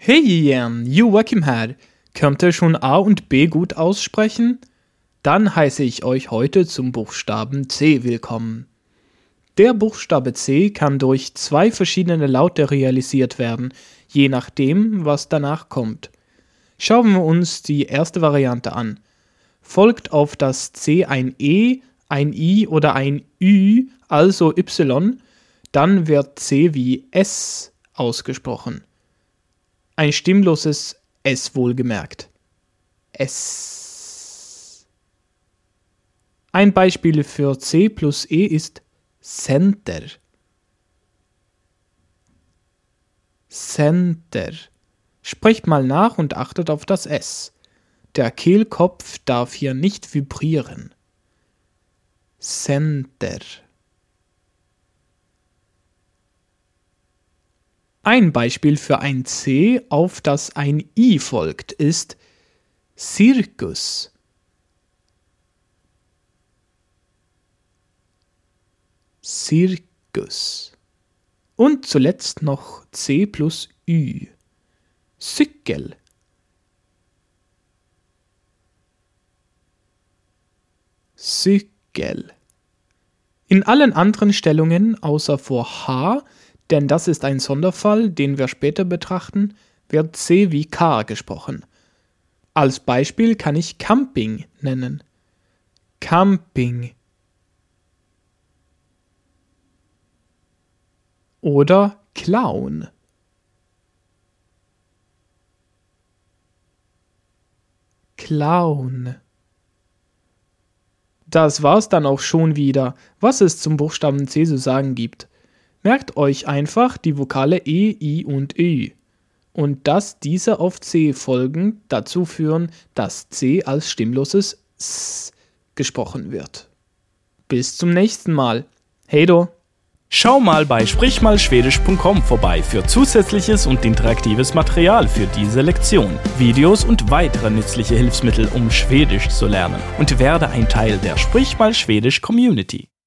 Hey igen, Joachim här. Könnt ihr schon A und B gut aussprechen? Dann heiße ich euch heute zum Buchstaben C willkommen. Der Buchstabe C kann durch zwei verschiedene Laute realisiert werden, je nachdem, was danach kommt. Schauen wir uns die erste Variante an. Folgt auf das C ein E, ein I oder ein Ü, also Y, dann wird C wie S ausgesprochen. Ein stimmloses S wohlgemerkt. S. Ein Beispiel für C plus E ist Center. Center. Sprecht mal nach und achtet auf das S. Der Kehlkopf darf hier nicht vibrieren. Center. Ein Beispiel für ein C, auf das ein I folgt, ist Circus. Circus. Und zuletzt noch C plus Ü. Cykel. Cykel. In allen anderen Stellungen außer vor H, denn das ist ein Sonderfall, den wir später betrachten, wird C wie K gesprochen. Als Beispiel kann ich Camping nennen. Camping. Oder Clown. Clown. Das war's dann auch schon wieder, was es zum Buchstaben C zu sagen gibt. Merkt euch einfach die Vokale E, I und Ü. Und dass diese auf C folgen, dazu führen, dass C als stimmloses S gesprochen wird. Bis zum nächsten Mal. Hej då! Schau mal bei sprichmalschwedisch.com vorbei für zusätzliches und interaktives Material für diese Lektion, Videos und weitere nützliche Hilfsmittel, um Schwedisch zu lernen, und werde ein Teil der Sprich mal Schwedisch Community.